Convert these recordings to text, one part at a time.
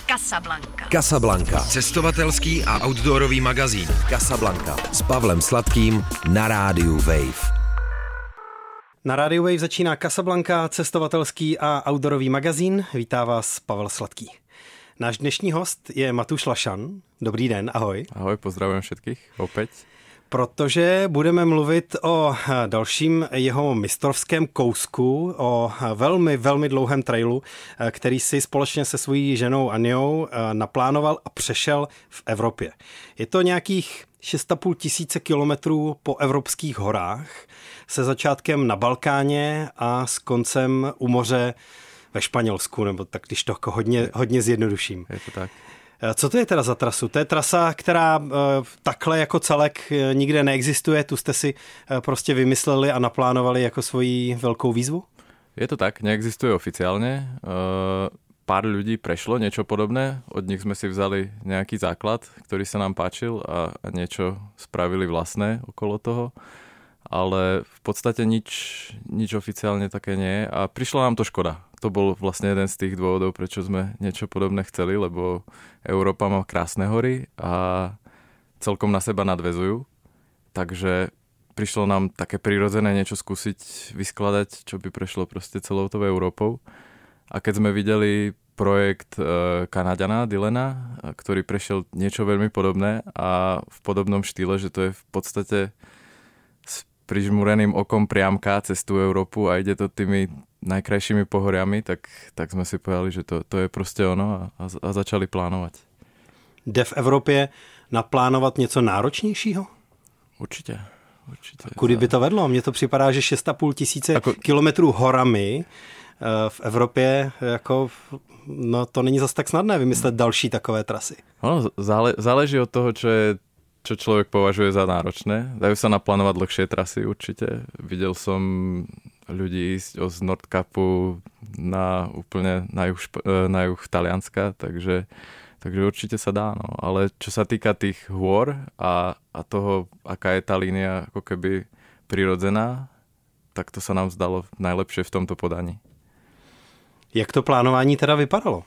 Casablanca. Cestovatelský a outdoorový magazín. Casablanca s Pavlem Sladkým na rádiu Wave. Na rádiu Wave začíná Casablanca, cestovatelský a outdoorový magazín. Vítá vás Pavel Sladký. Náš dnešní host je Matúš Lašan. Dobrý den, ahoj. Ahoj, pozdravím všetkých opět. Protože budeme mluvit o dalším jeho mistrovském kousku, o velmi, velmi dlouhém trailu, který si společně se svojí ženou Anjou naplánoval a přešel v Evropě. Je to nějakých 6,5 tisíce kilometrů po evropských horách se začátkem na Balkáně a s koncem u moře ve Španělsku, nebo tak když to hodně zjednoduším. Je to tak. Co to je teda za trasu? To je trasa, která takhle jako celek nikde neexistuje, tu jste si prostě vymysleli a naplánovali jako svoji velkou výzvu? Je to tak, neexistuje oficiálne. Pár ľudí prešlo niečo podobné, od nich sme si vzali nejaký základ, ktorý sa nám páčil a niečo spravili vlastné okolo toho, ale v podstate nič oficiálne také nie je a prišla nám to škoda. To bol vlastne jeden z tých dôvodov, prečo sme niečo podobné chceli, lebo Európa má krásne hory a celkom na seba nadväzujú. Takže prišlo nám také prirodzené niečo skúsiť vyskladať, čo by prešlo proste celou tou Európou. A keď sme videli projekt Kanaďana Dylana, ktorý prešiel niečo veľmi podobné a v podobnom štýle, že to je v podstate s prižmúreným okom priamka cez tú Európu a ide to tými najkrajšími pohoriami, tak sme si povedali, že to je prostě ono a začali plánovat. Jde v Evropě naplánovat něco náročnějšího? Určitě. Kudy by to vedlo? Mně to připadá, že 6,5 tisíce kilometrů horami v Evropě, jako, no to není zas tak snadné vymyslet další takové trasy. No, záleží od toho, čo človek považuje za náročné. Dajú sa naplánovať dlhšie trasy určite. Videl som ľudí ísť z Nordkapu úplne na juh Talianska, takže určite sa dá. No. Ale čo sa týka tých hôr a toho, aká je tá línia ako keby prirodzená, tak to sa nám zdalo najlepšie v tomto podaní. Jak to plánování teda vypadalo?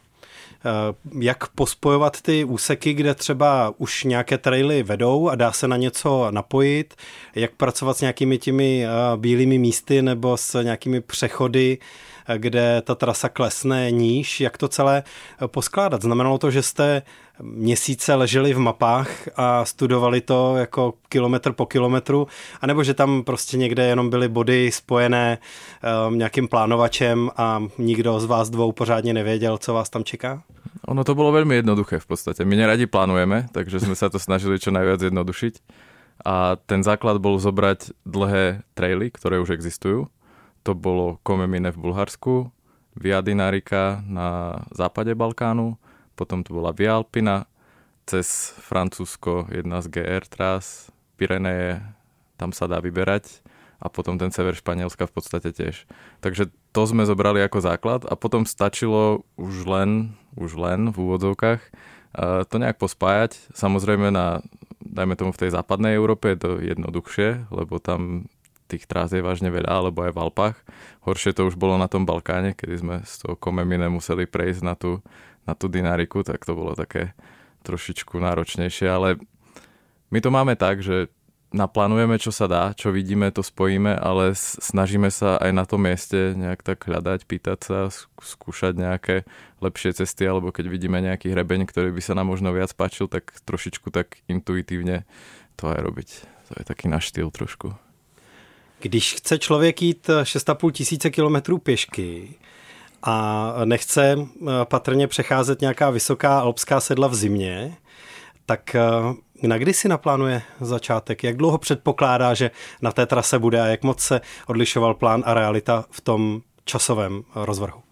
Jak pospojovat ty úseky, kde třeba už nějaké traily vedou a dá se na něco napojit? Jak pracovat s nějakými těmi bílými místy nebo s nějakými přechody, kde ta trasa klesne níž? Jak to celé poskládat? Znamenalo to, že jste měsíce leželi v mapách a studovali to jako kilometr po kilometru, anebo že tam prostě někde jenom byly body spojené nějakým plánovačem a nikdo z vás dvou pořádně nevěděl, co vás tam čeká? Ono to bolo veľmi jednoduché v podstate. My neradi plánujeme, takže sme sa to snažili čo najviac jednodušiť. A ten základ bol zobrať dlhé traily, ktoré už existujú. To bolo Komemine v Bulharsku, Via Dinarica na západe Balkánu, potom to bola Via Alpina, cez Francúzsko jedna z GR tras, Pyreneje, tam sa dá vyberať a potom ten sever Španielska v podstate tiež. Takže to sme zobrali ako základ a potom stačilo už len v úvodzovkách to nejak pospájať. Samozrejme dajme tomu v tej západnej Európe je to jednoduchšie, lebo tam tých trás je vážne veľa, alebo aj v Alpách. Horšie to už bolo na tom Balkáne, kedy sme z toho Komemine museli prejsť na tú Dinariku, tak to bolo také trošičku náročnejšie, ale my to máme tak, že naplánujeme, čo sa dá, čo vidíme, to spojíme, ale snažíme sa aj na tom mieste nejak tak hľadať, pýtať sa, skúšať nejaké lepšie cesty, alebo keď vidíme nejaký hrebeň, ktorý by sa nám možno viac páčil, tak trošičku tak intuitívne to aj robiť. To je taký náš štýl trošku. Když chce člověk jít 6,5 tisíce kilometrů pěšky a nechce patrně přecházet nějaká vysoká alpská sedla v zimě, tak na kdy si naplánuje začátek? Jak dlouho předpokládá, že na té trase bude a jak moc se odlišoval plán a realita v tom časovém rozvrhu?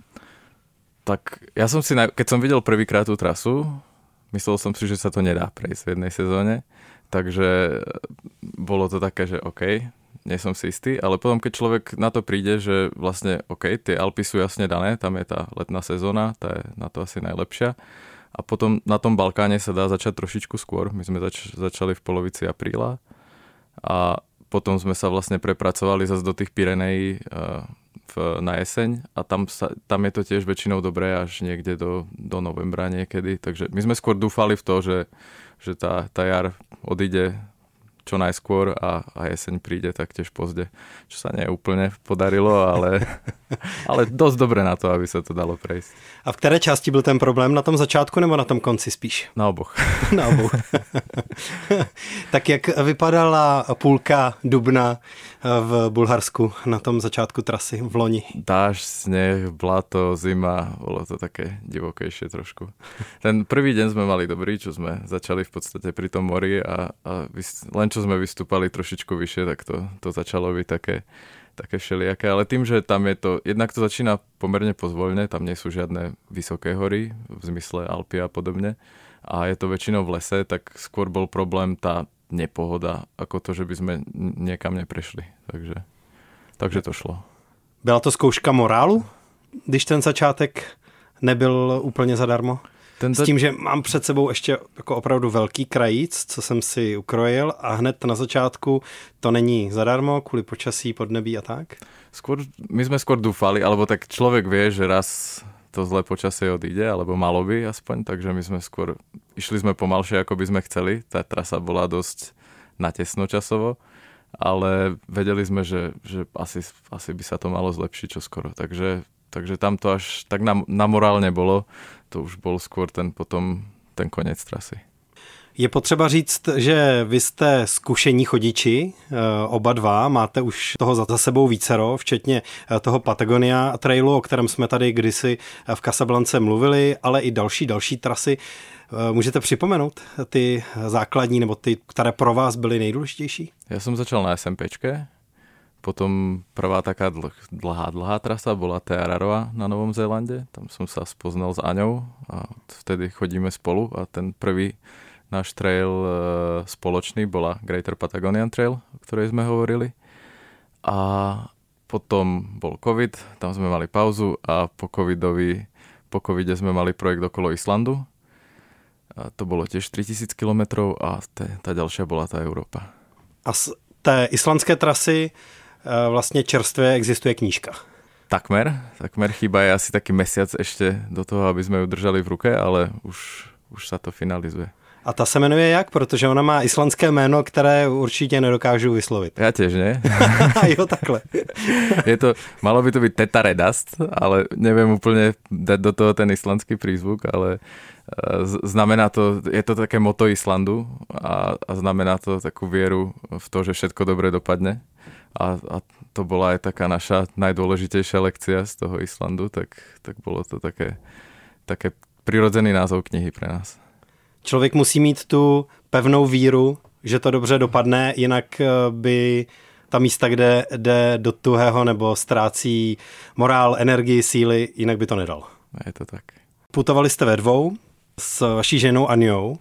Tak ja som si, keď som videl prvýkrát tú trasu, myslel som si, že sa to nedá prejsť v jednej sezóne, takže bolo to také, že OK, nie som si istý, ale potom keď človek na to príde, že vlastne OK, tie Alpy sú jasne dané, tam je tá letná sezóna, tá je na to asi najlepšia. A potom na tom Balkáne sa dá začať trošičku skôr. My sme začali v polovici apríla a potom sme sa vlastne prepracovali zase do tých Pyrenejí v na jeseň a tam je to tiež väčšinou dobré až niekde do novembra niekedy. Takže my sme skôr dúfali v to, že tá jar odíde čo najskôr a jeseň príde taktiež pozde, čo sa nie úplne podarilo, ale dosť dobre na to, aby sa to dalo prejsť. A v které části byl ten problém? Na tom začátku nebo na tom konci spíš? Na oboch. Na oboch. Tak jak vypadala půlka dubna v Bulharsku na tom začátku trasy v loni? Dážď, sneh, blato, zima, bolo to také divokejšie trošku. Ten prvý deň sme mali dobrý, čo sme začali v podstate pri tom mori a len čo sme vystúpali trošičku vyššie, tak to začalo byť také všelijaké, ale tým, že tam je to, jednak to začína pomerne pozvoľne, tam nie sú žiadne vysoké hory, v zmysle Alpy a podobne, a je to väčšinou v lese, tak skôr bol problém tá nepohoda, ako to, že by sme niekam neprešli. Takže to šlo. Byla to zkouška morálu, když ten začátek nebyl úplně zadarmo? S tím, že mám před sebou ještě jako opravdu velký krajíc, co jsem si ukrojil a hned na začátku to není zadarmo, kvůli počasí, podnebí a tak? My sme skôr dúfali, alebo tak človek vie, že raz to zlé počasie odíde, alebo malo by aspoň, takže my sme skôr išli sme pomalšie, ako by sme chceli. Tá trasa bola dosť natesno časovo, ale vedeli sme, že asi by sa to malo zlepšiť čoskoro. Takže tam to až tak na morál nebolo. To už bol skôr ten koniec trasy. Je potřeba říct, že vy jste zkušení chodiči, oba dva, máte už toho za sebou vícero, včetně toho Patagonia trailu, o kterém jsme tady kdysi v Casablance mluvili, ale i další trasy. Můžete připomenout ty základní, nebo ty, které pro vás byly nejdůležitější? Ja som začal na SMPčke, potom prvá taká dlhá trasa bola Teararoa na Novom Zélande, tam som sa spoznal s Aňou a vtedy chodíme spolu a ten prvý náš trail spoločný bola Greater Patagonian Trail, o ktorej sme hovorili. A potom bol COVID, tam sme mali pauzu a po covide sme mali projekt okolo Islandu. A to bolo tiež 3000 kilometrov a tá ďalšia bola tá Európa. A z té islandské trasy vlastne čerstvě existuje knížka. Takmer chýba je asi taký mesiac ešte do toho, aby sme ju držali v ruke, ale už sa to finalizuje. A ta se jmenuje jak? Protože ona má islandské jméno, které určitě nedokážu vyslovit. Ja tiež, nie? Jo, takhle. Malo by to byť Tetaredast, ale neviem úplne dať do toho ten islandský prízvuk, ale znamená to, je to také moto Islandu a znamená to takú vieru v to, že všetko dobre dopadne. A to bola aj taká naša najdôležitejšia lekcia z toho Islandu, tak bolo to také prirodzený názov knihy pre nás. Člověk musí mít tu pevnou víru, že to dobře dopadne, jinak by ta místa, kde jde do tuhého nebo ztrácí morál, energii, síly, jinak by to nedal. Je to tak. Putovali jste ve dvou s vaší ženou Aňou.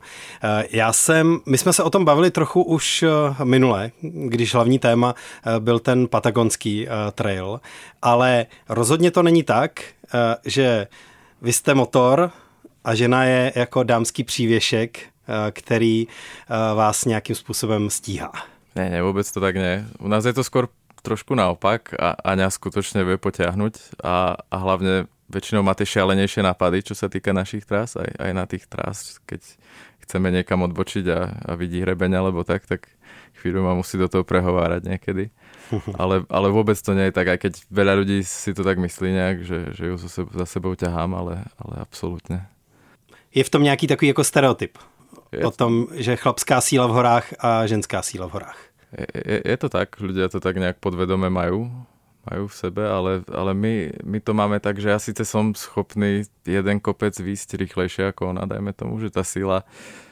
My jsme se o tom bavili trochu už minule, když hlavní téma byl ten patagonský trail, ale rozhodně to není tak, že vy jste motor a žena je jako dámský přívěšek, který vás nějakým způsobem stíhá. Ne, vôbec to tak nie. U nás je to skôr trošku naopak a Aňa skutočne vie potiahnuť a hlavne väčšinou má tie šialenejšie nápady, čo sa týka našich trás, aj na tých trás, keď chceme niekam odbočiť a vidí hrebeň alebo tak chvíľu ma musí do toho prehovárať niekedy. Ale vôbec to nie je tak, aj keď veľa ľudí si to tak myslí nejak, že ju za sebou ťahám, ale absolútne. Je v tom nějaký takový jako stereotyp o tom, že chlapská síla v horách a ženská síla v horách? Je to tak, ľudia to tak nejak podvedome majú v sebe, ale my to máme tak, že ja síce som schopný jeden kopec výjsť rýchlejšie ako ona, dajme tomu, že tá síla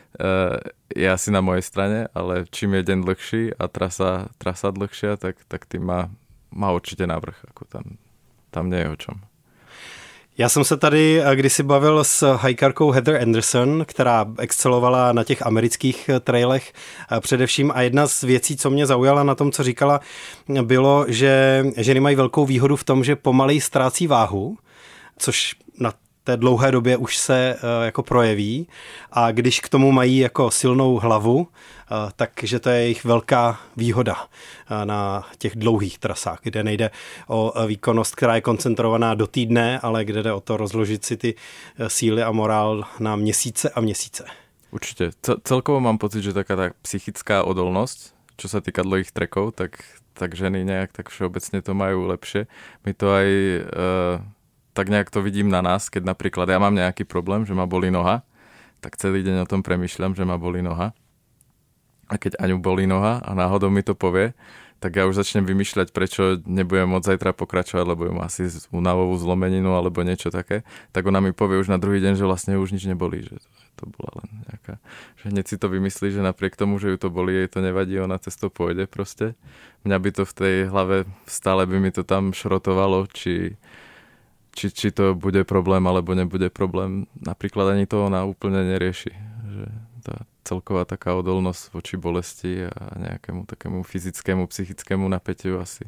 je asi na mojej strane, ale čím je deň dlhší a trasa dlhšia, tak tým má určite navrch, ako tam nie je o čom. Já jsem se tady kdysi bavil s hajkarkou Heather Anderson, která excelovala na těch amerických trailech především a jedna z věcí, co mě zaujala na tom, co říkala, bylo, že ženy mají velkou výhodu v tom, že pomaleji ztrácí váhu, což na té dlouhé době už se jako projeví a když k tomu mají jako silnou hlavu, takže to je jejich velká výhoda na těch dlouhých trasách, kde nejde o výkonnost, která je koncentrovaná do týdne, ale kde jde o to rozložit si ty síly a morál na měsíce a měsíce. Určite. Celkovo mám pocit, že taká tá psychická odolnosť, čo sa týka dlhých trekov, tak ženy nejak tak všeobecne to majú lepšie. My to aj tak nejak to vidím na nás, keď napríklad ja mám nejaký problém, že ma bolí noha, tak celý deň o tom premýšľam, že ma bolí noha. A keď Aňu bolí noha a náhodou mi to povie, tak ja už začnem vymýšľať, prečo nebudem môcť zajtra pokračovať, lebo ju má asi únavovú zlomeninu alebo niečo také, tak ona mi povie už na druhý deň, že vlastne už nič nebolí, že to bola len nejaká, že hneď si to vymyslí, že napriek tomu, že ju to bolí, jej to nevadí, ona cez to pôjde proste. Mňa by to v tej hlave stále by mi to tam šrotovalo, či to bude problém alebo nebude problém. Napríklad ani to ona úplne nerieši, že tá celková taká odolnosť voči bolesti a nejakému takému fyzickému, psychickému napätiu asi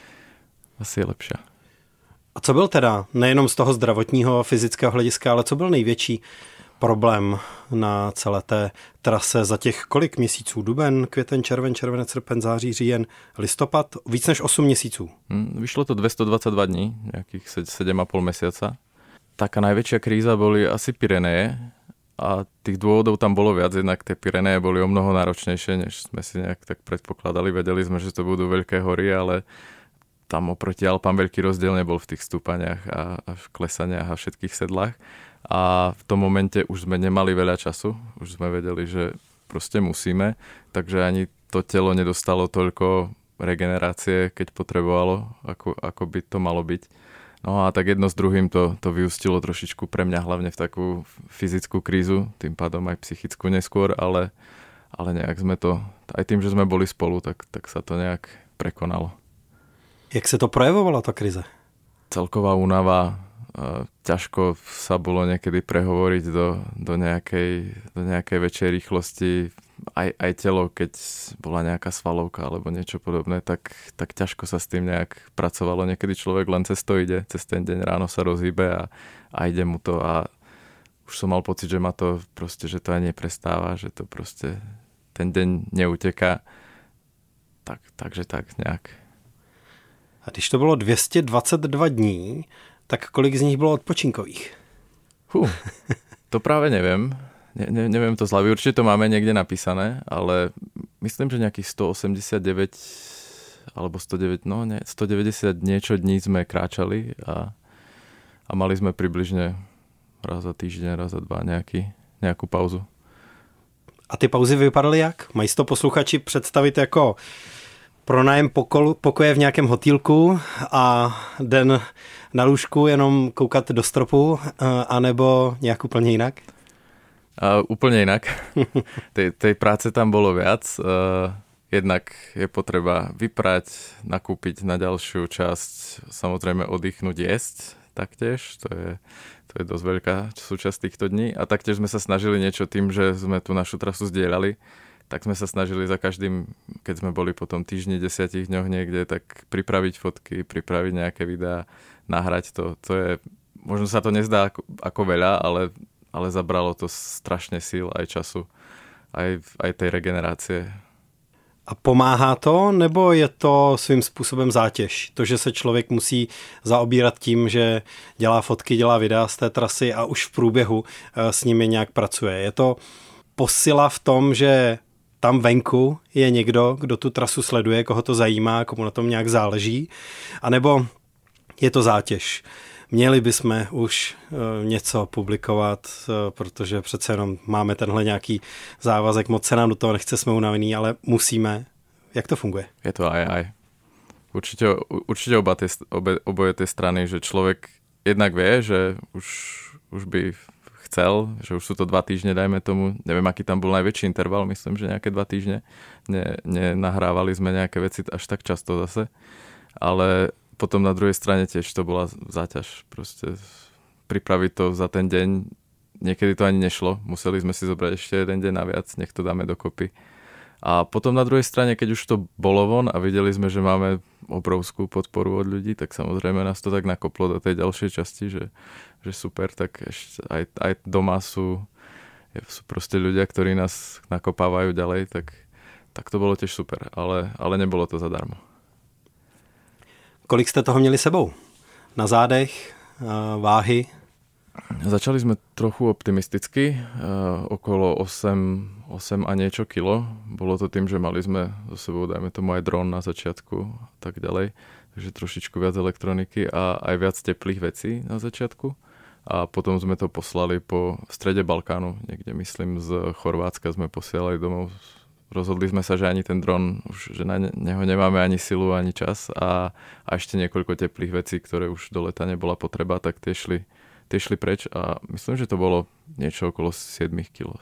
je lepšia. A co byl teda, nejenom z toho zdravotního fyzického hlediska, ale co byl největší problém na celé té trase za těch kolik měsíců? Duben, květen, červen, červenec, srpen, září, říjen, listopad? Víc než 8 měsíců. Vyšlo to 222 dní, nejakých 7,5 mesiaca. Taká najväčšia kríza boli asi Pyreneje, a tých dôvodov tam bolo viac, jednak tie Pyreneje boli o mnoho náročnejšie, než sme si nejak tak predpokladali. Vedeli sme, že to budú veľké hory, ale tam oproti Alpám veľký rozdiel nebol v tých stúpaniach a v klesaniach a všetkých sedlách. A v tom momente už sme nemali veľa času, už sme vedeli, že proste musíme, takže ani to telo nedostalo toľko regenerácie, keď potrebovalo, ako by to malo byť. No a tak jedno s druhým to vyústilo trošičku pre mňa hlavne v takú fyzickú krízu, tým pádom aj psychickú neskôr, ale nejak sme to, aj tým, že sme boli spolu, tak sa to nejak prekonalo. Jak se to projevovalo, tá kríza? Celková únava, ťažko sa bolo niekedy prehovoriť do nejakej väčšej rýchlosti. Aj telo, keď bola nejaká svalovka alebo niečo podobné, tak ťažko sa s tým nejak pracovalo. Niekedy človek len cez to ide, cez ten deň ráno sa rozhýbe a ide mu to a už som mal pocit, že ma to proste, že to aj neprestáva, že to proste ten deň neuteká. Takže tak nejak. A když to bylo 222 dní, tak kolik z nich bylo odpočinkových? To práve neviem. Neviem to z hlavy, určite to máme niekde napísané, ale myslím, že nejakých 189 alebo 190 niečo dní sme kráčali a mali sme približne raz za týždeň, raz za dva nejakú pauzu. A ty pauzy vypadaly jak? Mají si to posluchači představit jako pronájem pokoje v nějakém hotýlku a den na lůžku jenom koukat do stropu, anebo nějak úplně jinak? Úplne inak. Tej práce tam bolo viac. Jednak je potreba vyprať, nakúpiť na ďalšiu časť, samozrejme oddychnúť, jesť taktiež. To je dosť veľká súčasť týchto dní. A taktiež sme sa snažili niečo tým, že sme tú našu trasu zdieľali, tak sme sa snažili za každým, keď sme boli po tom týždni, 10 dňoch niekde, tak pripraviť fotky, pripraviť nejaké videá, nahrať to. To je, možno sa to nezdá ako veľa, ale zabralo to strašne síl aj času, aj tej regenerácie. A pomáhá to, nebo je to svým způsobem zátěž? To, že se člověk musí zaobírat tím, že dělá fotky, dělá videa z té trasy a už v průběhu s nimi nějak pracuje. Je to posila v tom, že tam venku je někdo, kdo tu trasu sleduje, koho to zajímá, komu na tom nějak záleží, anebo je to zátěž? Měli bychom už něco publikovat, protože přece jenom máme tenhle nějaký závazek, moc se nám do toho nechce, jsme unavení, ale musíme. Jak to funguje? Je to aj. Určite oboje tie strany, že človek jednak vie, že už by chcel, že už sú to 2 týždne, dajme tomu. Neviem, aký tam bol najväčší interval, myslím, že nejaké 2 týždne. Nenahrávali sme nejaké veci až tak často zase, ale potom na druhej strane tiež to bola záťaž. Proste pripraviť to za ten deň. Niekedy to ani nešlo. Museli sme si zobrať ešte jeden deň naviac, nech to dáme dokopy. A potom na druhej strane, keď už to bolo von a videli sme, že máme obrovskú podporu od ľudí, tak samozrejme nás to tak nakoplo do tej ďalšej časti, že super, tak ešte aj doma sú proste ľudia, ktorí nás nakopávajú ďalej, tak to bolo tiež super, ale nebolo to zadarmo. Kolik jste toho měli sebou? Na zádech, váhy? Začali sme trochu optimisticky, okolo 8 a niečo kilo. Bolo to tým, že mali sme so sebou, dajme tomu, aj dron na začiatku a tak ďalej. Takže trošičku viac elektroniky a aj viac teplých vecí na začiatku. A potom sme to poslali po strede Balkánu, niekde myslím z Chorvátska sme posielali domov. Rozhodli sme sa, že ani ten dron, už, že na neho nemáme ani silu, ani čas a ešte niekoľko teplých vecí, ktoré už do leta nebola potreba, tak tie šli preč a myslím, že to bolo niečo okolo 7 kg,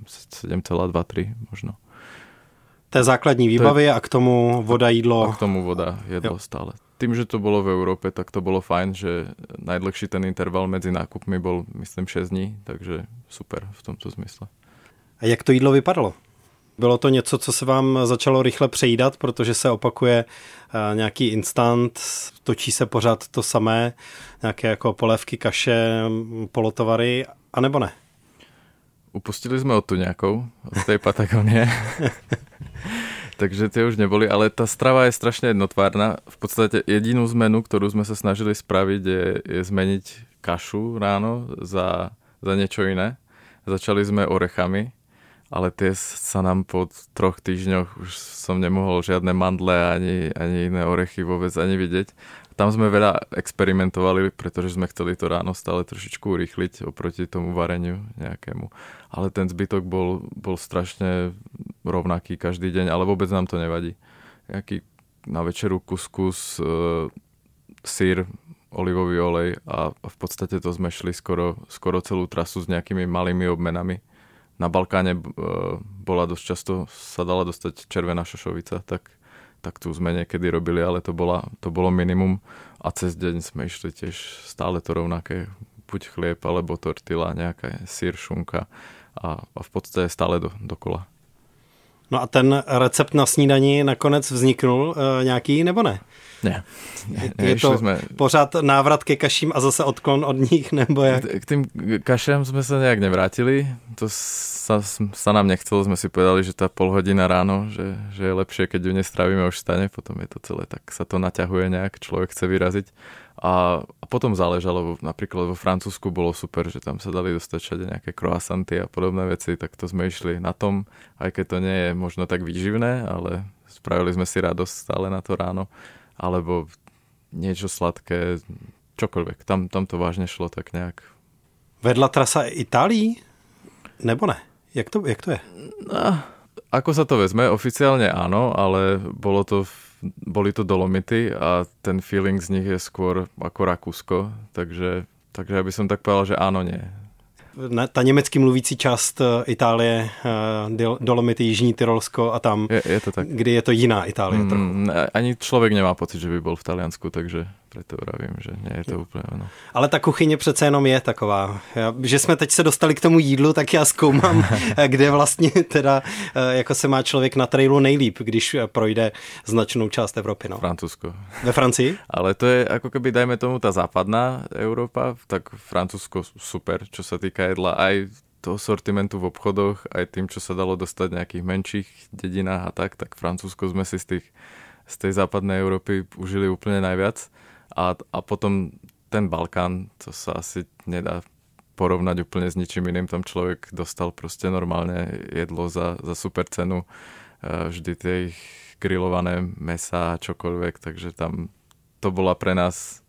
7,2-3 možno. Té základní výbavy a k tomu voda, jídlo. A k tomu voda, jedlo stále. Tým, že to bolo v Európe, tak to bolo fajn, že najdlhší ten interval medzi nákupmi bol, myslím, 6 dní, takže super v tomto zmysle. A jak to jídlo vypadalo? Bylo to něco, co se vám začalo rychle přejídat, protože se opakuje nějaký instant, točí se pořád to samé, nějaké jako polévky, kaše, polotovary, anebo ne? Upustili sme od tuňákov, od tej Patagónie. Takže tie už neboli, ale tá strava je strašne jednotvárna. V podstate jedinú zmenu, ktorú sme sa snažili spraviť, je zmeniť kašu ráno za niečo iné. Začali sme orechami, ale tie sa nám po 3 týždňoch už som nemohol žiadne mandle ani iné orechy vôbec ani vidieť. Tam sme veľa experimentovali, pretože sme chceli to ráno stále trošičku urýchliť oproti tomu vareniu nejakému. Ale ten zbytok bol strašne rovnaký každý deň, ale vôbec nám to nevadí. Nejaký na večeru kuskus, syr, olivový olej a v podstate to sme šli skoro celú trasu s nejakými malými obmenami. Na Balkáne bola dosť často, sa dala dostať červená šošovica, tak tu sme niekedy robili, ale to bolo minimum a cez deň sme išli tiež stále to rovnaké, buď chlieb alebo tortilla, nejaká sír, šunka a v podstate stále dokola. No a ten recept na snídani nakonec vzniknul nějaký, nebo ne? Ne. Je to pořád návrat ke kaším a zase odklon od nich, nebo jak? K tým kašem sme sa nejak nevrátili. To sa nám nechcelo. Sme si povedali, že tá polhodina ráno, že je lepšie, keď ju nestrávime už stane. Potom je to celé, tak sa to naťahuje nejak, človek chce vyraziť. A potom záležalo, napríklad vo Francúzsku bolo super, že tam sa dali dostať všade nejaké croissanty a podobné veci, tak to sme išli na tom, aj keď to nie je možno tak výživné, ale spravili sme si radosť stále na to ráno. Alebo niečo sladké, čokoľvek. Tam to vážne šlo tak nejak. Vedla trasa Itálii? Nebo ne? Jak to je? No, ako sa to vezme? Oficiálne áno, ale boli to Dolomity a ten feeling z nich je skôr ako Rakúsko. Takže ja by som tak povedal, že áno, nie. Ta německy mluvící část Itálie, Dolomity, Jižní Tyrolsko a tam, je to tak. Kdy je to jiná Itálie trochu. Ani člověk nemá pocit, že by byl v Taliansku, takže preto vravím, že nie je to úplně ono. Ale ta kuchyně přece jenom je taková. Že jsme teď se dostali k tomu jídlu, tak já zkoumám, kde vlastně teda jako se má člověk na trailu nejlíp, když projde značnou část Evropy. No. Francúzsko. Ve Francii? Ale to je ako keby, dajme tomu, tá západná Európa, tak Francúzsko super, čo sa týka jedla, aj toho sortimentu v obchodoch, aj tým, čo sa dalo dostať v nejakých menších dedinách a tak Francúzsko sme si z tej západnej Európy užili úplne najviac. A potom ten Balkán, to sa asi nedá porovnať úplne s ničím iným. Tam človek dostal proste normálne jedlo za super cenu. Vždy tie grillované mäsa a čokoľvek, takže tam to bola pre nás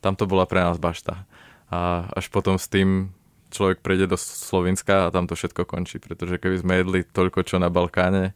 bašta. A až potom s tým človek prejde do Slovinska a tam to všetko končí, pretože keby sme jedli toľko, čo na Balkáne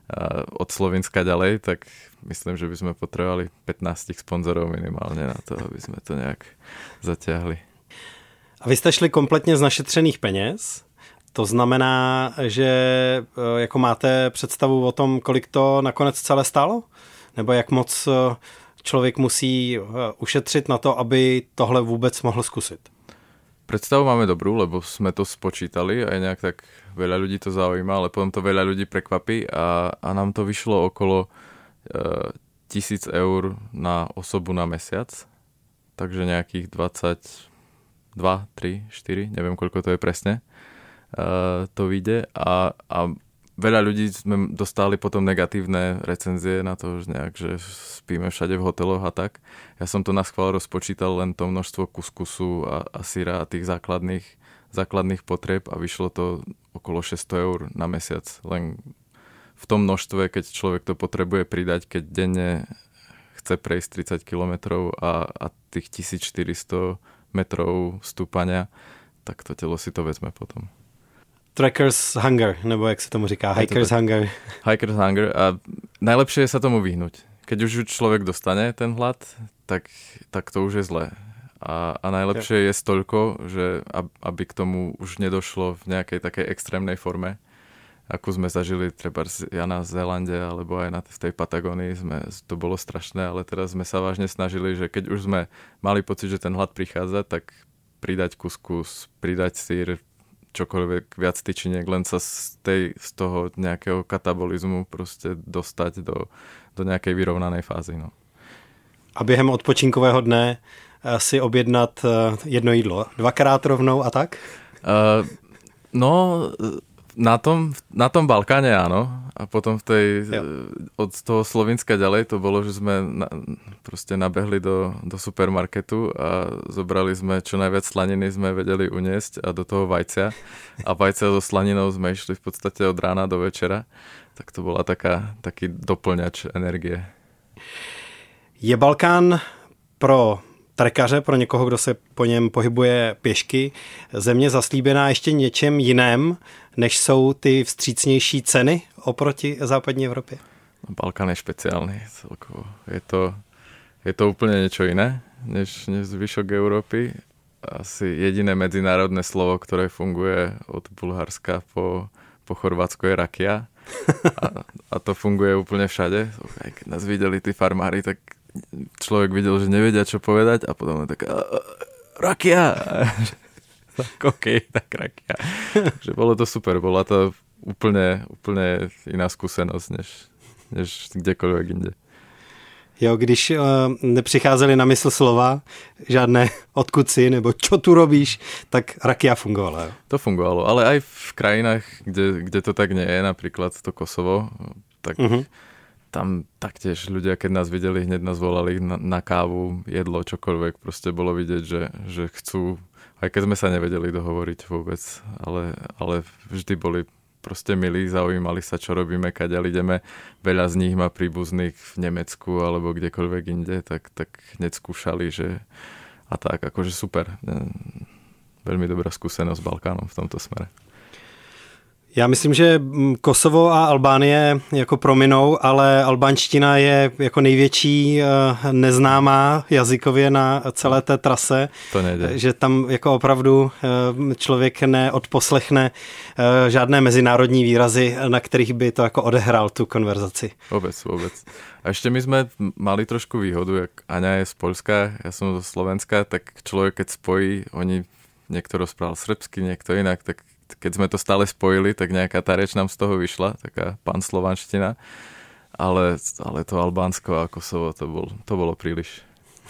od Slovinska ďalej, tak myslím, že by sme potrebovali 15 sponzorov minimálne na to, aby sme to nejak zatiahli. A vy jste šli kompletně z našetřených peněz, to znamená, že jako máte představu o tom, kolik to nakonec celé stálo? Nebo jak moc člověk musí ušetřit na to, aby tohle vůbec mohl zkusit? Predstavu máme dobrú, lebo sme to spočítali a nejak tak veľa ľudí to zaujíma, ale potom to veľa ľudí prekvapí a nám to vyšlo okolo 1000 eur na osobu na mesiac. Takže nejakých 22, 3, 4, neviem koľko to je presne, to vyjde a veľa ľudí sme dostali potom negatívne recenzie na to, že spíme všade v hoteloch a tak. Ja som to naschvál rozpočítal len to množstvo kuskusu a syra a tých základných potrieb a vyšlo to okolo 600 eur na mesiac. Len v tom množstve, keď človek to potrebuje pridať, keď denne chce prejsť 30 kilometrov a tých 1400 metrov stúpania, tak to telo si to vezme potom. Trackers hunger, nebo jak se tomu říká, hikers hunger. Hikers hunger a najlepšie je sa tomu vyhnúť. Keď už človek dostane ten hlad, tak to už je zlé. A najlepšie je toľko, že aby k tomu už nedošlo v nejakej takej extrémnej forme, ako sme zažili treba ja na Zélande, alebo aj v tej Patagónii, to bolo strašné, ale teraz sme sa vážne snažili, že keď už sme mali pocit, že ten hlad prichádza, tak pridať kuskus, pridať syr, čokoľvek viac tyčiniek, len sa z toho nejakého katabolizmu proste dostať do nejakej vyrovnanej fázy. No. A během odpočinkového dne si objednat jedno jídlo, dvakrát rovnou a tak? Na tom Balkáne áno. A potom od toho Slovinska ďalej to bolo, že sme proste nabehli do supermarketu a zobrali sme čo najviac slaniny sme vedeli uniesť a do toho vajcia. A vajcia so slaninou sme išli v podstate od rána do večera. Tak to bola taký doplňač energie. Je Balkán pro trekaře, pro někoho, kdo se po něm pohybuje pěšky, země zaslíbená ještě něčem jiném, než jsou ty vstřícnější ceny oproti západní Evropě? Balkán je špeciálny celkovo. Je to úplne niečo iné, než zvyšok Európy. Asi jediné medzinárodné slovo, ktoré funguje od Bulharska po Chorvátsko je rakia. A to funguje úplne všade. Aj keď nás videli tí farmári, tak človek videl, že nevedia, čo povedať a potom je tak rakia! OK, tak rakia. Takže bolo to super, bola to úplne iná skúsenosť, než kdekoľvek inde. Jo, když nepřicházeli na mysl slova, žádné odkud si, nebo čo tu robíš, tak rakia fungovala. Jo? To fungovalo, ale aj v krajinách, kde to tak nie je, napríklad to Kosovo, tak tam taktiež ľudia, keď nás videli, hneď nás volali na kávu, jedlo, čokoľvek. Proste bolo vidieť, že chcú, aj keď sme sa nevedeli dohovoriť vôbec, ale vždy boli proste milí, zaujímali sa, čo robíme, kaďal ideme. Veľa z nich má príbuzných v Nemecku alebo kdekoľvek inde, tak hneď skúšali, že a tak, akože super. Veľmi dobrá skúsenosť s Balkánom v tomto smere. Já myslím, že Kosovo a Albánie jako prominou, ale albánština je jako největší neznámá jazykově na celé té trase. To nejde. Že tam jako opravdu člověk neodposlechne žádné mezinárodní výrazy, na kterých by to jako odehrál tu konverzaci. Vôbec. A ešte my sme mali trošku výhodu, jak Aňa je z Poľska, ja som zo Slovenska, tak človek keď spojí, niekto rozprával srbsky, niekto inak, tak keď sme to stále spojili, tak nejaká tá reč nám z toho vyšla, taká panslovanština, ale to Albánsko a Kosovo, to bolo príliš.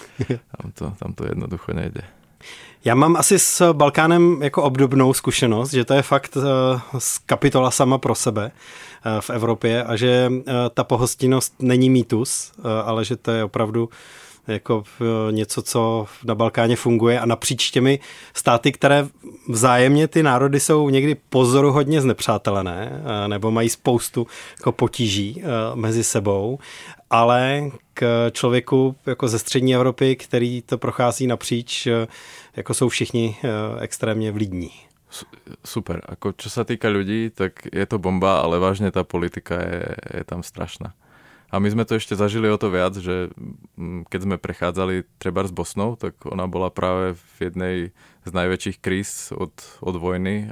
Tam to jednoducho nejde. Já mám asi s Balkánem jako obdobnou zkušenost, že to je fakt kapitola sama pro sebe v Evropě a že ta pohostinnost není mýtus, ale že to je opravdu jako něco, co na Balkáně funguje a napříč těmi státy, které vzájemně ty národy jsou někdy pozoruhodně znepřátelené nebo mají spoustu jako potíží mezi sebou, ale k člověku jako ze střední Evropy, který to prochází napříč, jako jsou všichni extrémně vlídní. Super. Ako čo sa týka ľudí, tak je to bomba, ale vážne tá politika je tam strašná. A my sme to ešte zažili o to viac, že keď sme prechádzali trebárs Bosnou, tak ona bola práve v jednej z najväčších kríz od vojny,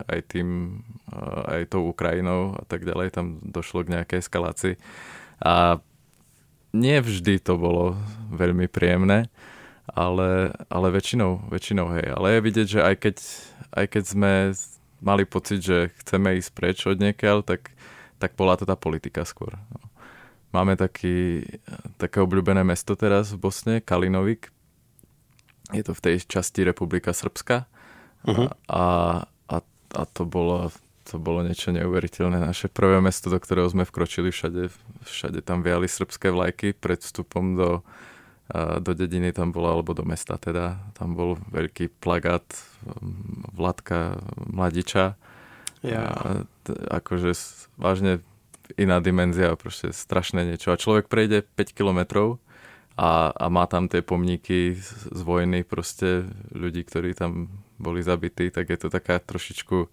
aj tou Ukrajinou a tak ďalej. Tam došlo k nejakej eskalácii. A nie vždy to bolo veľmi príjemné. ale väčšinou hej. Ale je vidieť, že aj keď sme mali pocit, že chceme ísť preč od niekiaľ, tak bola to tá politika skôr. No. Máme také obľúbené mesto teraz v Bosne, Kalinovik. Je to v tej časti Republika Srbska. Uh-huh. A to bolo niečo neuveriteľné. Naše prvé mesto, do ktorého sme vkročili, všade tam viali srbské vlajky. Pred vstupom do dediny tam bola, alebo do mesta teda, tam bol veľký plagát Vladka Mladiča. Yeah. Akože vážne iná dimenzia, proste strašné niečo. A človek prejde 5 kilometrov a má tam tie pomníky z vojny, proste ľudí, ktorí tam boli zabití, tak je to taká trošičku...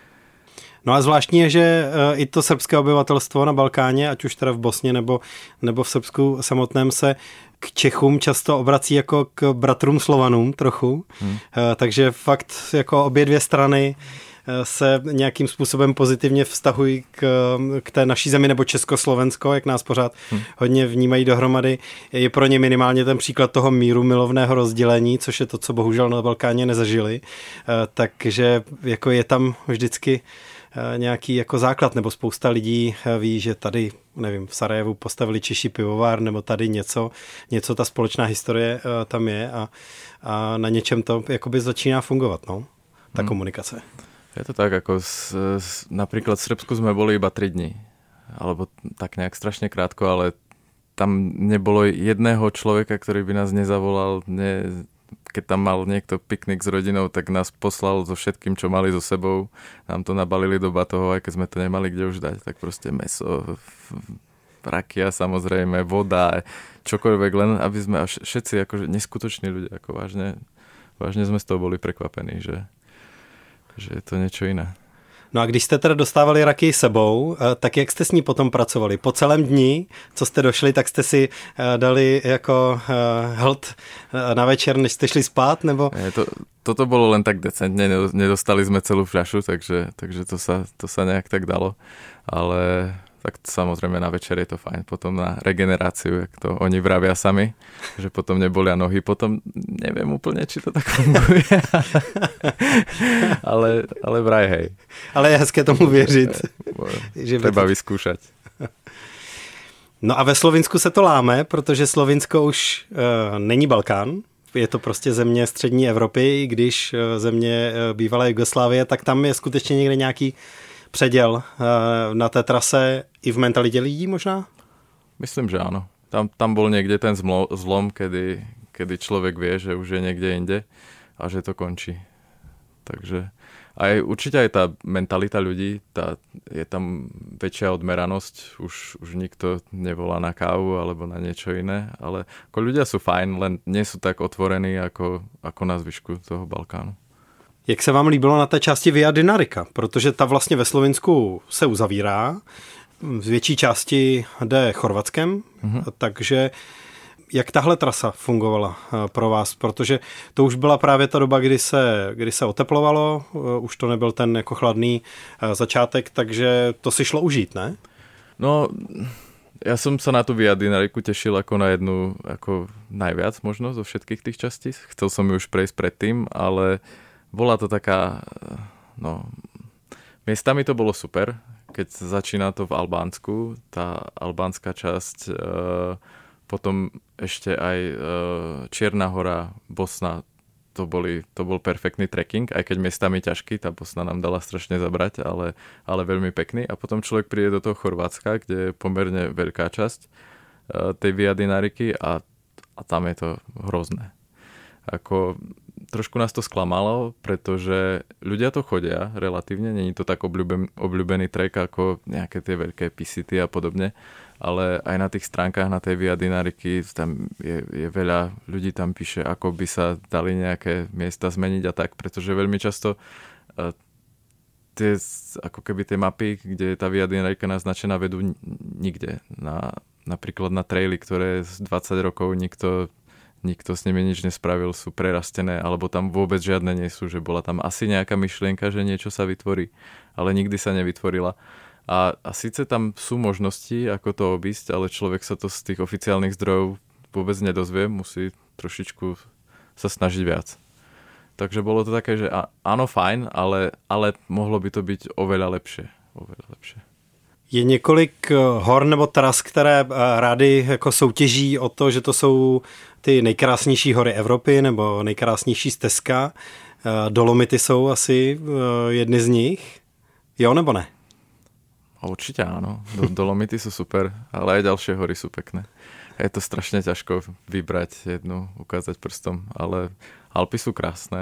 No a zvláštní je, že i to srbské obyvatelstvo na Balkáně, ať už teda v Bosně nebo v Srbsku samotném, se k Čechům často obrací jako k bratrům Slovanům trochu. Takže fakt jako obě dvě strany se nějakým způsobem pozitivně vztahují k té naší zemi, nebo Československo, jak nás pořád hodně vnímají dohromady. Je pro ně minimálně ten příklad toho míru milovného rozdělení, což je to, co bohužel na Balkáně nezažili. Takže jako je tam vždycky nějaký jako základ, nebo spousta lidí ví, že tady, nevím, v Sarajevu postavili Češi pivovár, nebo tady něco ta společná historie tam je a na něčem to jakoby začíná fungovat, no, ta komunikace. Je to tak, ako napríklad v Srbsku sme boli iba 3 dní, alebo tak nejak strašne krátko, ale tam nebolo jedného človeka, ktorý by nás nezavolal, keď tam mal niekto piknik s rodinou, tak nás poslal so všetkým, čo mali so sebou. Nám to nabalili do batohov, aj keď sme to nemali kde už dať, tak proste mäso, rakia samozrejme, voda, čokoľvek, len aby sme všetci akože neskutoční ľudia, ako vážne sme z toho boli prekvapení, že je to něco jiné. No a když jste teda dostávali rakii sebou, tak jak jste s ní potom pracovali? Po celém dni, co jste došli, tak jste si dali jako hlad na večer, než jste šli spát, nebo? Toto bolo len tak decentne, nedostali sme celú fľašu, takže to sa nejak tak dalo, ale tak samozrejme na večer je to fajn. Potom na regeneráciu, jak to oni vravia sami, že potom nebolia nohy. Potom neviem úplne, či to tak funguje. ale vraj hej. Ale je hezké tomu věřit. Treba vyskúšať. No a ve Slovinsku se to láme, protože Slovinsko už není Balkán. Je to prostě země střední Evropy, i když země bývalé Jugoslávie, tak tam je skutečně někde nějaký předěl na té trase i v mentalitě lidí možná? Myslím, že áno. Tam bol niekde ten zlom, kedy človek vie, že už je niekde inde a že to končí. Takže určite aj tá mentalita ľudí, je tam väčšia odmeranosť, už nikto nevolá na kávu alebo na niečo iné, ale ako ľudia sú fajn, len nie sú tak otvorení ako na zvyšku toho Balkánu. Jak se vám líbilo na té části Via Dinarica? Protože ta vlastně ve Slovinsku se uzavírá, z větší části jde Chorvatskem, takže jak tahle trasa fungovala pro vás? Protože to už byla právě ta doba, kdy se oteplovalo, už to nebyl ten jako chladný začátek, takže to si šlo užít, ne? No, ja som sa na tú Via Dinaricu tešil ako na jednu, ako najviac možno zo všetkých tých častí. Chcel som ju už prejsť predtým, ale bola to taká, no, miestami to bolo super, keď začína to v Albánsku, tá albánska časť, potom ešte aj Čierna hora, Bosna, to bol perfektný trekking, aj keď miestami ťažký, tá Bosna nám dala strašne zabrať, ale veľmi pekný. A potom človek príde do toho Chorvátska, kde je pomerne veľká časť tej Via Dinariky a tam je to hrozné. Ako trošku nás to sklamalo, pretože ľudia to chodia relatívne, není to tak obľúbený trek ako nejaké tie veľké PCT a podobne, ale aj na tých stránkach na tej Via Dinariky tam je veľa ľudí tam píše, ako by sa dali nejaké miesta zmeniť a tak, pretože veľmi často ako keby tie mapy, kde je tá Via Dinarica naznačená, vedú nikde. Napríklad na traily, ktoré z 20 rokov nikto s nimi nič nespravil, sú prerastené, alebo tam vôbec žiadne nie sú, že bola tam asi nejaká myšlienka, že niečo sa vytvorí, ale nikdy sa nevytvorila. A síce tam sú možnosti, ako to obísť, ale človek sa to z tých oficiálnych zdrojov vôbec nedozvie, musí trošičku sa snažiť viac. Takže bolo to také, že áno, fajn, ale mohlo by to byť oveľa lepšie. Je několik hor nebo tras, které rády jako soutěží o to, že to jsou ty nejkrásnější hory Evropy nebo nejkrásnější stezka. Dolomity jsou asi jedny z nich. Jo nebo ne? Určite áno. Dolomity sú super, ale aj ďalšie hory sú pekné. Je to strašne ťažko vybrať jednu, ukázať prstom, ale Alpy sú krásne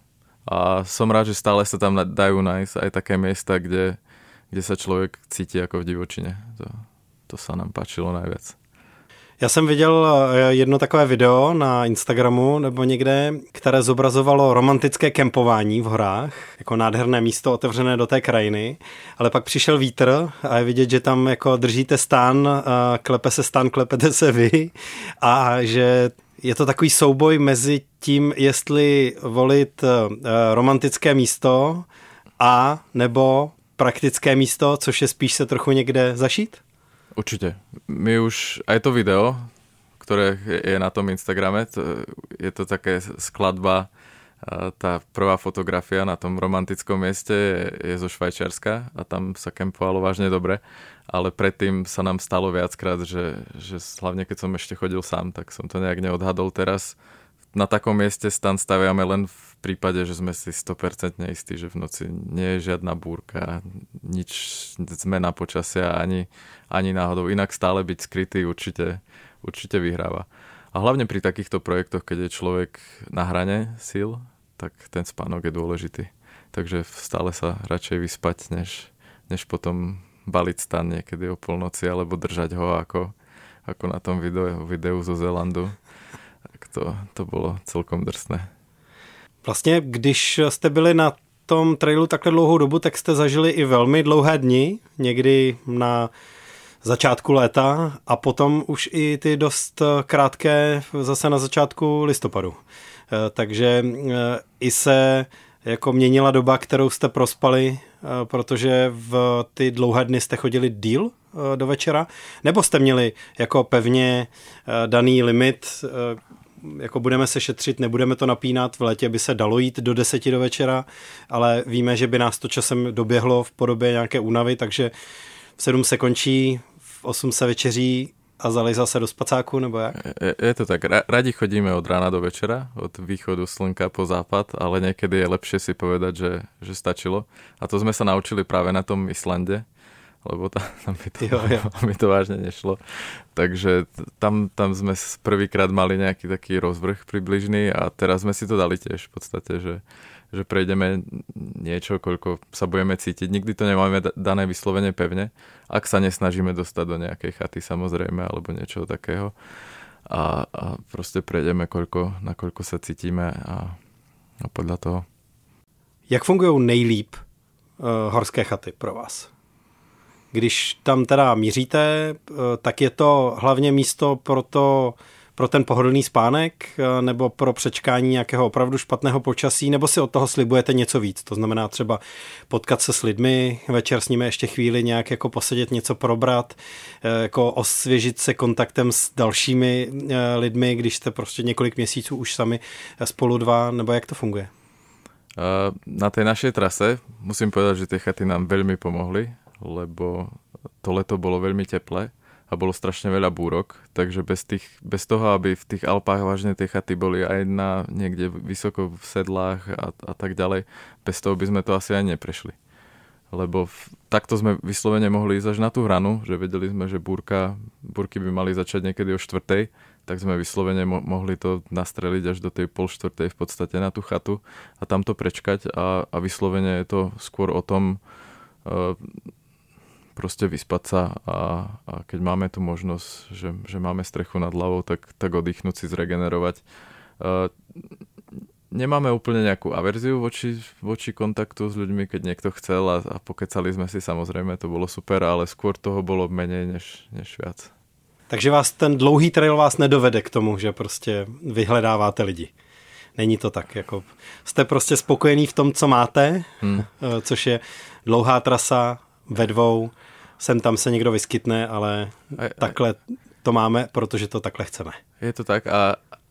a som rád, že stále sa tam dajú nájsť aj také miesta, kde sa človek cíti ako v divočine. To sa nám páčilo najviac. Já jsem viděl jedno takové video na Instagramu nebo někde, které zobrazovalo romantické kempování v horách, jako nádherné místo otevřené do té krajiny, ale pak přišel vítr a je vidět, že tam jako držíte stán, klepe se stán, klepete se vy a že je to takový souboj mezi tím, jestli volit romantické místo a nebo praktické místo, což je spíš se trochu někde zašít? Určite. My už, aj to video, ktoré je na tom Instagrame, je to také skladba, tá prvá fotografia na tom romantickom mieste je zo Švajčiarska a tam sa kempovalo vážne dobre, ale predtým sa nám stalo viackrát, že hlavne keď som ešte chodil sám, tak som to nejak neodhadol. Teraz na takom mieste stan staviame len v prípade, že sme si 100% istí, že v noci nie je žiadna búrka, nič zmena počasia ani náhodou. Inak stále byť skrytý určite vyhráva. A hlavne pri takýchto projektoch, keď je človek na hrane síl, tak ten spánok je dôležitý. Takže stále sa radšej vyspať, než potom baliť stan niekedy o polnoci, alebo držať ho ako na tom videu zo Zélandu. Tak to bolo celkom drsné. Vlastně, když jste byli na tom trailu takhle dlouhou dobu, tak jste zažili i velmi dlouhé dny, někdy na začátku léta a potom už i ty dost krátké zase na začátku listopadu. Takže i se jako měnila doba, kterou jste prospali, protože v ty dlouhé dny jste chodili díl do večera, nebo jste měli jako pevně daný limit, jako budeme se šetřit, nebudeme to napínat, v létě by se dalo jít do 10 do večera, ale víme, že by nás to časem doběhlo v podobě nějaké únavy, takže v 7 se končí, v 8 se večeří a zalejzá se do spacáku, nebo jak? Je to tak. Radi chodíme od rána do večera, od východu slnka po západ, ale niekedy je lepšie si povedať, že stačilo. A to sme sa naučili práve na tom Islande, lebo tam by to vážne nešlo. Takže tam sme prvýkrát mali nejaký taký rozvrh približný a teraz sme si to dali tiež v podstate, že prejdeme niečo, koľko sa budeme cítiť. Nikdy to nemáme dané vyslovene pevne, ak sa nesnažíme dostať do nejakej chaty samozrejme, alebo niečo takého. A proste prejdeme, nakoľko sa cítime a podľa toho. Jak fungují nejlíp horské chaty pro vás? Když tam teda míříte, tak je to hlavně místo pro ten pohodlný spánek nebo pro přečkání nějakého opravdu špatného počasí, nebo si od toho slibujete něco víc? To znamená třeba potkat se s lidmi, večer s nimi ještě chvíli nějak jako posedět, něco probrat, jako osvěžit se kontaktem s dalšími lidmi, když jste prostě několik měsíců už sami spolu dva, nebo jak to funguje? Na tej našej trase musím povedať, že tie chaty nám veľmi pomohli, lebo to leto bolo veľmi teplé a bolo strašne veľa búrok, takže bez toho, aby v tých Alpách vážne tie chaty boli aj niekde vysoko v sedlách a tak ďalej, bez toho by sme to asi ani neprešli. Lebo takto sme vyslovene mohli ísť až na tú hranu, že vedeli sme, že búrky by mali začať niekedy o 4:00, tak sme vyslovene mohli to nastreliť až do tej 3:30 v podstate na tú chatu a tam to prečkať a vyslovene je to skôr o tom proste vyspať sa a keď máme tu možnosť, že máme strechu nad hlavou, tak oddychnúť si, zregenerovať. Nemáme úplne nejakú averziu voči kontaktu s ľuďmi, keď niekto chcel a pokecali sme si, samozrejme, to bolo super, ale skôr toho bolo menej než viac. Takže vás ten dlouhý trail vás nedovede k tomu, že prostě vyhledáváte lidi. Není to tak, jako jste prostě spokojený v tom, co máte, což je dlouhá trasa ve dvou, sem tam se někdo vyskytne, ale takhle to máme, protože to takhle chceme. Je to tak a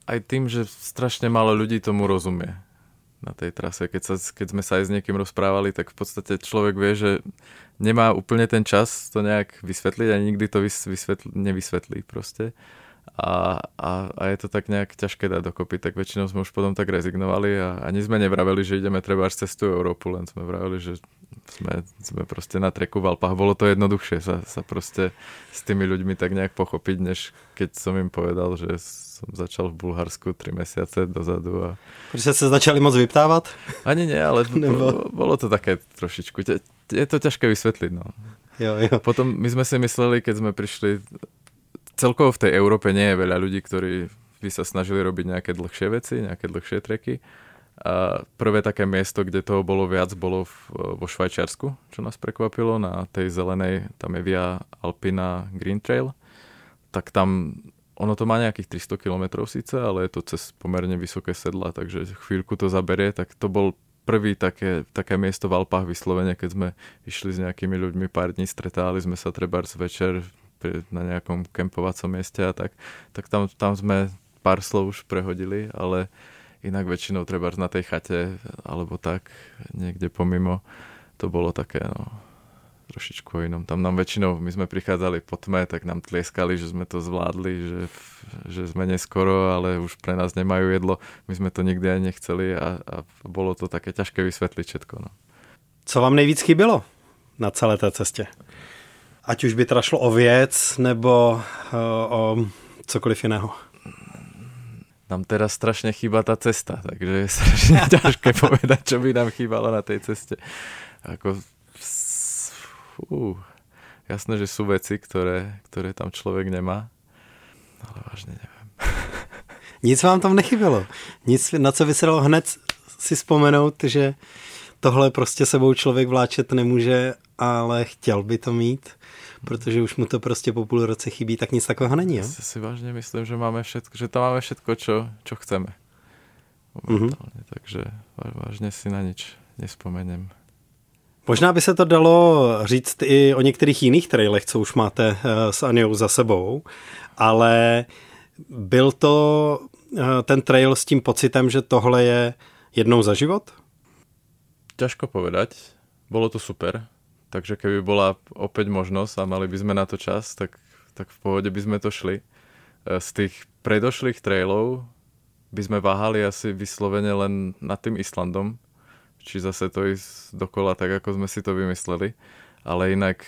aj tým, že strašne málo ľudí tomu rozumie na tej trase. Keď sme sa aj s niekým rozprávali, tak v podstate človek vie, že nemá úplne ten čas to nejak vysvetliť a nikdy to nevysvetlí proste. A je to tak nejak ťažké dať dokopy, tak väčšinou sme už potom tak rezignovali a ani sme nevraveli, že ideme treba až cez tú Európu, len sme vraveli, že sme proste na treku v Alpách. Bolo to jednoduchšie sa proste s tými ľuďmi tak nejak pochopiť, než keď som im povedal, že som začal v Bulharsku 3 mesiace dozadu. Protože sa začali moc vyptávat? Ani nie, ale bolo to také trošičku. Je to ťažké vysvetliť, no. Jo. Potom my sme si mysleli, keď sme prišli, celkovo v tej Európe nie je veľa ľudí, ktorí by sa snažili robiť nejaké dlhšie veci, nejaké dlhšie treky. A prvé také miesto, kde toho bolo viac, bolo vo Švajčiarsku, čo nás prekvapilo. Na tej zelenej, tam je Via Alpina Green Trail. Tak tam, ono to má nejakých 300 kilometrov síce, ale je to cez pomerne vysoké sedla, takže chvíľku to zaberie. Tak to bol prvý také miesto v Alpách vyslovene, keď sme išli s nejakými ľuďmi pár dní, stretávali sme sa trebárs večer na nejakom kempovacom mieste a tak tam sme pár slov už prehodili, ale inak väčšinou trebárs na tej chate alebo tak, niekde pomimo, to bolo také, no, trošičku inom. Tam nám väčšinou, my sme prichádzali po tme, tak nám tlieskali, že sme to zvládli, že sme neskoro, ale už pre nás nemajú jedlo. My sme to nikdy aj nechceli a bolo to také ťažké vysvetliť všetko. No. Co vám nejvíc chybělo na celé té cestě? Ať už by teda šlo o věc, nebo o cokoliv jiného. Nám teraz strašne chýba tá cesta, takže je strašne ťažké povedať, čo by nám chýbalo na tej ceste. Jasné, že sú veci, ktoré tam človek nemá, ale vážne neviem. Nic vám tam nechybělo? Nic, na co by se dalo hned si vzpomenout, že tohle prostě sebou člověk vláčet nemůže, ale chtěl by to mít, protože už mu to prostě po půl roce chybí, tak nic takového není. Jo? Ja si vážne myslím, že tam máme všetko, čo chceme. Takže vážne si na nič nespomenem. Možná by se to dalo říct i o některých jiných trailech, co už máte s Aňou za sebou, ale byl to ten trail s tím pocitem, že tohle je jednou za život? Ťažko povedať. Bolo to super. Takže keby bola opäť možnosť a mali by sme na to čas, tak v pohode by sme to šli. Z tých predošlých trailov by sme váhali asi vyslovene len nad tým Islandom, či zase to ísť dokola tak, ako sme si to vymysleli. Ale inak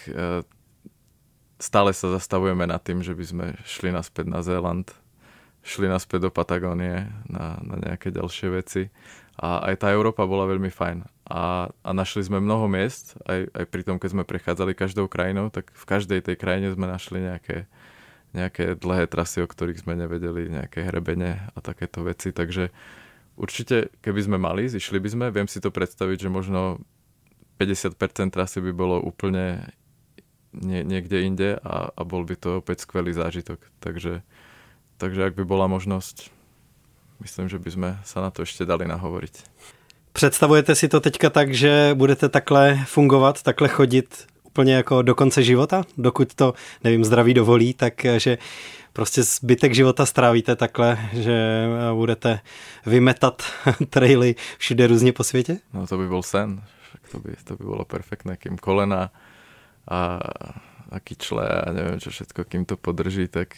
stále sa zastavujeme nad tým, že by sme šli naspäť na Zéland, šli naspäť do Patagónie na nejaké ďalšie veci. A aj tá Európa bola veľmi fajn. A našli sme mnoho miest, aj pri tom, keď sme prechádzali každou krajinou, tak v každej tej krajine sme našli nejaké dlhé trasy, o ktorých sme nevedeli, nejaké hrebene a takéto veci. Takže určite, keby sme mali, zišli by sme, viem si to predstaviť, že možno 50% trasy by bolo úplne niekde inde a bol by to opäť skvelý zážitok. Takže ak by bola možnosť, myslím, že by sme sa na to ešte dali nahovoriť. Představujete si to teďka tak, že budete takhle fungovat, takhle chodit úplně jako do konce života? Dokud to, nevím, zdraví dovolí, takže prostě zbytek života strávíte takhle, že budete vymetat traily všude různě po světě? No to by bol sen. To by bolo perfektné, kým kolena a kyčle a neviem čo všetko, kým to podrží, tak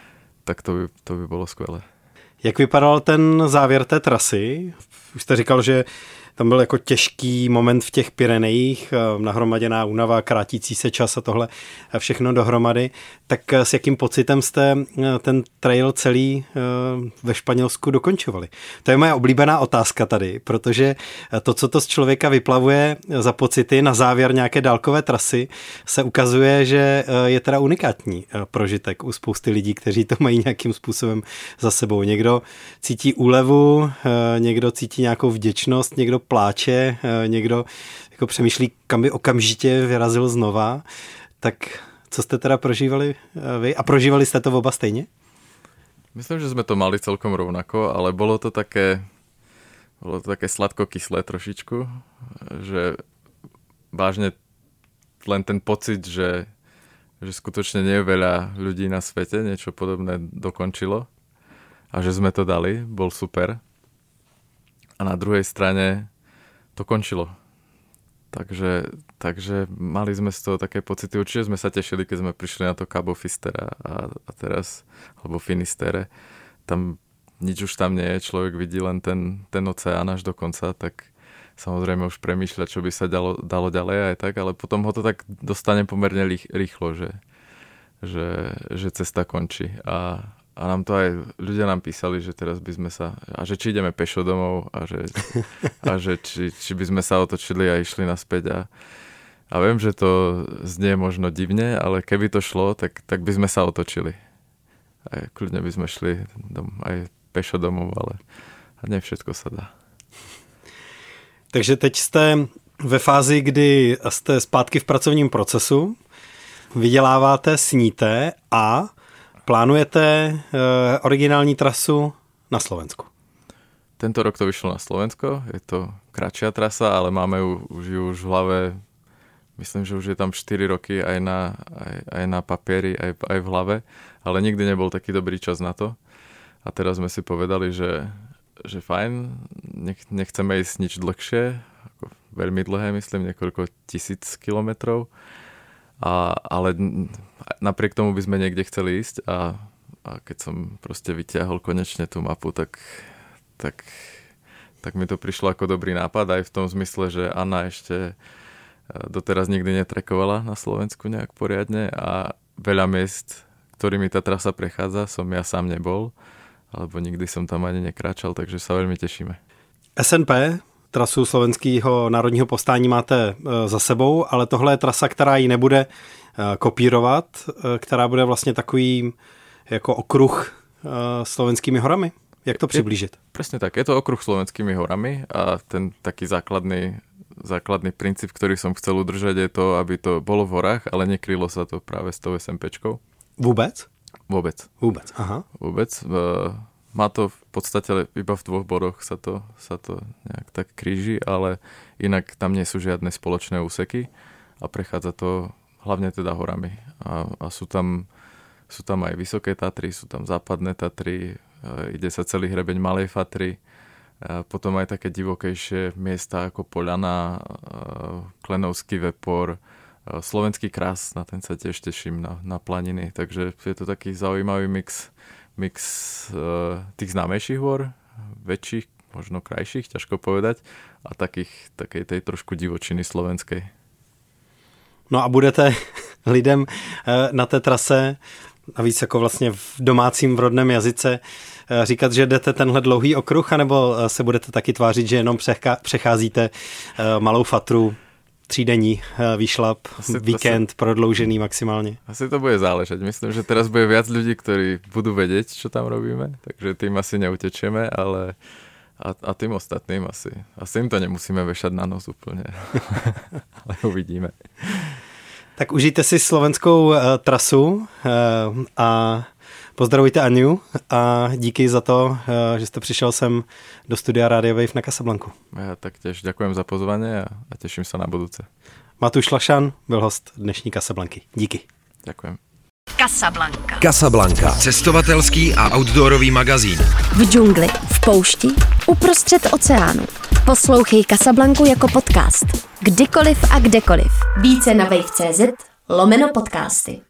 to by bolo skvelé. Jak vypadal ten závěr té trasy? Už jste říkal, že tam byl jako těžký moment v těch Pyrenejích, nahromaděná únava, krátící se čas a tohle všechno dohromady. Tak s jakým pocitem jste ten trail celý ve Španělsku dokončovali? To je moje oblíbená otázka tady, protože to, co to z člověka vyplavuje za pocity na závěr nějaké dálkové trasy, se ukazuje, že je teda unikátní prožitek u spousty lidí, kteří to mají nějakým způsobem za sebou. Někdo cítí úlevu, někdo cítí nějakou vděčnost, někdo pláče, někdo jako přemýšlí, kam by okamžitě vyrazil znova. Tak co jste teda prožívali vy? A prožívali jste to oba stejně? Myslím, že sme to mali celkom rovnako, ale bolo to také sladko-kyslé trošičku, že vážne len ten pocit, že skutočne nie je veľa ľudí na svete, niečo podobné dokončilo. a že sme to dali, bol super. A na druhej strane to končilo. Takže mali sme z toho také pocity. Určite sme sa tešili, keď sme prišli na to Cabo Fistera a teraz, alebo Finisterre. Tam nič už tam nie je, človek vidí len ten oceán až do konca, tak samozrejme už premýšľať, čo by sa dalo ďalej aj tak, ale potom ho to tak dostane pomerne rýchlo, že cesta končí. A nám to aj ľudia nám písali, že teraz by sme sa, a že či ideme pešo domov a že či by sme sa otočili a išli naspäť. A viem, že to znie možno divne, ale keby to šlo, tak by sme sa otočili. A kľudne by sme šli aj pešo domov, ale ne všetko sa dá. Takže teď jste ve fázi, kdy jste zpátky v pracovním procesu, vyděláváte, sníte a plánujete originální trasu na Slovensku. Tento rok to vyšlo na Slovensko, je to kratšia trasa, ale máme ju už v hlave, myslím, že už je tam 4 roky aj na papieri, aj v hlave, ale nikdy nebol taký dobrý čas na to. A teraz sme si povedali, že fajn, nechceme ísť nič dlhšie, ako veľmi dlhé, myslím, niekoľko 1000 kilometrov. Ale napriek tomu by sme niekde chceli ísť a keď som proste vyťahol konečne tú mapu, tak mi to prišlo ako dobrý nápad aj v tom zmysle, že Anna ešte doteraz nikdy netrekovala na Slovensku nejak poriadne a veľa miest, ktorými tá trasa prechádza, som ja sám nebol, alebo nikdy som tam ani nekráčal, takže sa veľmi tešíme. SNP, trasu Slovenského národního povstání máte za sebou, ale tohle je trasa, která ji nebude kopírovat, která bude vlastně takový jako okruh slovenskými horami. Jak to přiblížit? Presne tak, je to okruh slovenskými horami a ten taký základný princíp, ktorý som chcel udržať, je to, aby to bolo v horách, ale nekrylo sa to práve s tou SMPčkou. Vůbec? Vôbec, aha. Vôbec. Má to v podstate iba v 2 bodoch sa to nejak tak kríži, ale inak tam nie sú žiadne spoločné úseky a prechádza to hlavne teda horami. A sú tam aj Vysoké Tatry, sú tam Západné Tatry, ide sa celý hrebeň Malej Fatry, potom aj také divokejšie miesta ako Poľana, Klenovský Vepor, Slovenský Krás, na ten sa tiež teším, na planiny, takže je to taký zaujímavý mix tých známejších hôr, väčších, možno krajších, ťažko povedať, a takej tej trošku divočiny slovenskej. No a budete lidem na té trase, navíc jako vlastně v domácím v rodném jazyce, říkat, že jdete tenhle dlouhý okruh, anebo se budete taky tvářit, že jenom přecházíte Malou Fatru, 3denní výšlap, víkend prodloužený maximálně? Asi to bude záležať. Myslím, že teraz bude viac ľudí, ktorí budú vedieť, čo tam robíme, takže tým asi neutečeme, ale a tým ostatným asi im to nemusíme vešať na nos úplne. Ale uvidíme. Tak užijte si slovenskou trasu a pozdravujte Aňu a díky za to, že jste přišel sem do studia Rádia Wave na Casablanku. Ja taktiež ďakujem za pozvanie a teším sa na budúce. Matúš Lašan byl host dnešní Casablanky. Díky. Ďakujem. Casablanca. Cestovatelský a outdoorový magazín. V džungli, v poušti, uprostřed oceánu. Poslouchej Casablanku jako podcast. Kdykoliv a kdekoliv. Více na wave.cz/podcasty.